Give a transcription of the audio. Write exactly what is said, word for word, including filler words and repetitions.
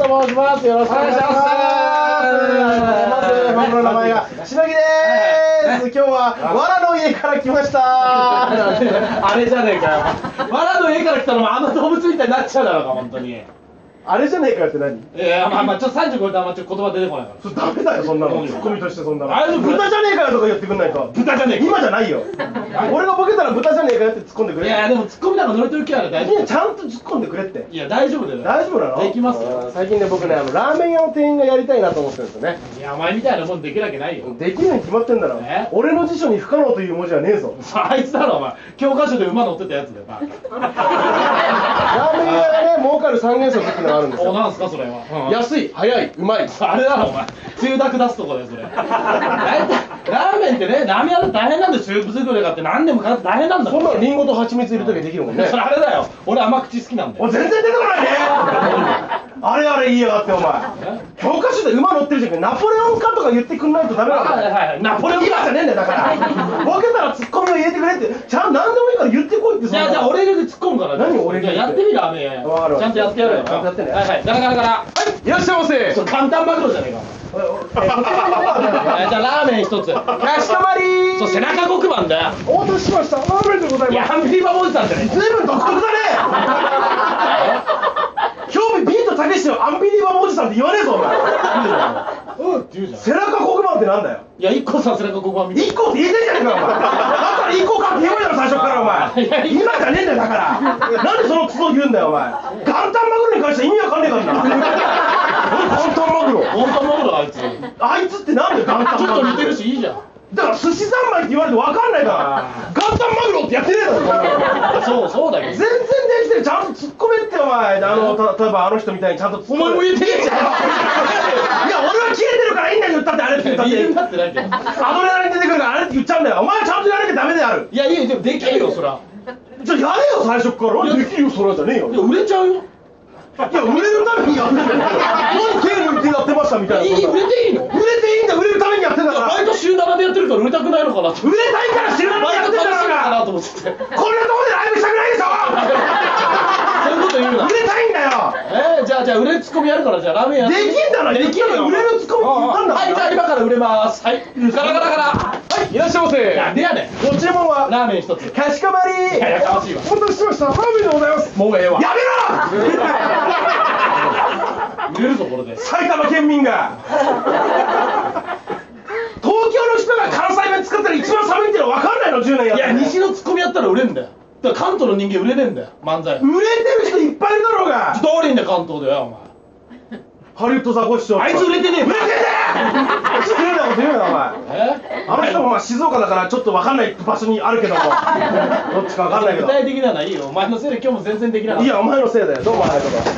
と申します。よろしくお願いします。 まず僕の名前がしのぎでーす。今日はわらの家から来ました。 あれじゃねえかよ。わらの家から来たのもあの動物みたいになっちゃうだろうか本当に。 あれじゃねえかよって何？ いやまあまあちょっとさんじゅう超えたらちょっと言葉出てこないから。 それダメだよそんなの。ツッコミとしてそんなの。 あれ豚じゃねえかよとか言ってくんないと。 豚じゃねえか。 今じゃないよ。俺がボケたら豚じゃねえかよって突っ込んでくれ。 いやでもツッコミなんか乗れてる気ある大丈夫。 ちゃんと突っ込んでくれって。 いや大丈夫だよ。 大丈夫なの？ できますよ。 最近ね僕ねあのラーメン屋の店員がやりたいなと思ってるんですよね。 いやお前みたいなもんできるわけないよ。 できるに決まってんだろ。俺の辞書に不可能という文字はねえぞ。 あいつだろお前。教科書で馬乗ってたやつだよ。 ラーメン屋がね儲かる三原則っていうのがあるんですよ。 おなんすかそれは。 安い、早い、うまい。 あれだろお前。つゆだく出すとこだよそれ。大体ラーメンってねラーメン屋って大変なんでスープ作りがあって何でもかって大変なんだ。 そんなのリンゴと蜂蜜入れときゃできるもんね。 それあれだよ。俺甘口好きなんだよ。 お全然出てこないね。あれあれ言いやがってお前。教科書で馬乗ってるじゃんけどナポレオンかとか言ってくんないとダメなんだよ。 はいはいはい。ナポレオン今じゃねえんだよだから。ボケたらツッコミを入れてくれってちゃん何でもいいから言ってこいって。 じゃあじゃあ俺入れて突っ込むから。 何俺入れて。 じゃあやってみラーメン屋。ちゃんとやってやるよ。 ちゃんとやってね。 はいはい。ガラガラガラ。 いらっしゃいませ。 そう簡単マグロじゃねえか。じゃあラーメン一つ。 かしこまり。 そう背中黒板だよ。 お待たせしました。ラーメンでございます。 いやアンビリバボーイさんじゃねえ。 ずいぶん独特だね。興味ビートたけしのアンビリバボーおじさんって言わねえぞお前。 うんって言うじゃん。 背中黒板ってなんだよ。 いや、イッコさん背中黒板みたいな。 イッコって言えてんじゃねえかお前。だったらイッコかって言えばいいだろ最初からお前。今じゃねえんだよだから。なんでその都度言うんだよお前。元旦マグロに関しては意味わかんねえからな。元旦マグロ。 元旦マグロあいつ。 あいつってなんで元旦マグロ。 ちょっと似てるしいいじゃん。 だから寿司三昧って言われてわかんないから。元旦マグロってやってねえだろ。 そうそうだけど。 全然できてる。ちゃんと突っ込めってお前。あのた例えばあの人みたいにちゃんと突っ込め。 お前も言ってねえじゃん。 いや俺は切れてるからいいんだよ言ったってあれって言ったって。 理由になってないけど。 アドレナリン出てくるからあれって言っちゃうんだよ。お前はちゃんとやらなきゃダメである。 いやいやでもできるよそら。 じゃあやれよ最初から。できるよそらじゃねえよ。 いや売れちゃうよ。 いや売れるためにやってんだよ。何手抜いてやってましたみたいな。 いい売れていいの。 売れていいんだ売れるためにやってんだから。 バイト週ななでやってるから売れたくないのかなって。 売れたいから週ななでやってんだから。 バイト楽しいかなと思ってて。 こんなとこでライブしたくないでしょ。 そういうこと言うな。 売れたいんだよ。 えー、じゃあじゃあ売れツッコミやるからじゃあラーメンやって。 できんだな。 できるよ。 売れるツッコミって言ったんだ。 はいじゃあ今から売れます。はい。ガラガラガラ。 はいいらっしゃいませ。 なんでやねん。 ご注文はラーメン一つ。 かしこまり。 いややかましいわ。 お待たせしました。ラーメンでございます。 もうええわ。 やめろ。 売れるぞこれで。 埼玉県民が。東京の人が関西弁作ったら一番寒いっての分かんないのじゅうねんやって。 いや西のツッコミやったら売れんだよ。だから関東の人間売れねえんだよ漫才。 売れてる人いっぱいいるだろうが。 どうりんだ関東だよお前。 ハリウッドザコシショウ。 あいつ売れてねえ。 売れてねえ。失礼なこと言うなお前。 え？ あの人もまあ静岡だからちょっと分かんない場所にあるけどもどっちか分かんないけど。 具体的なのはいいよ。お前のせいで今日も全然できなかった。 いやお前のせいだよ。どうもありがとう。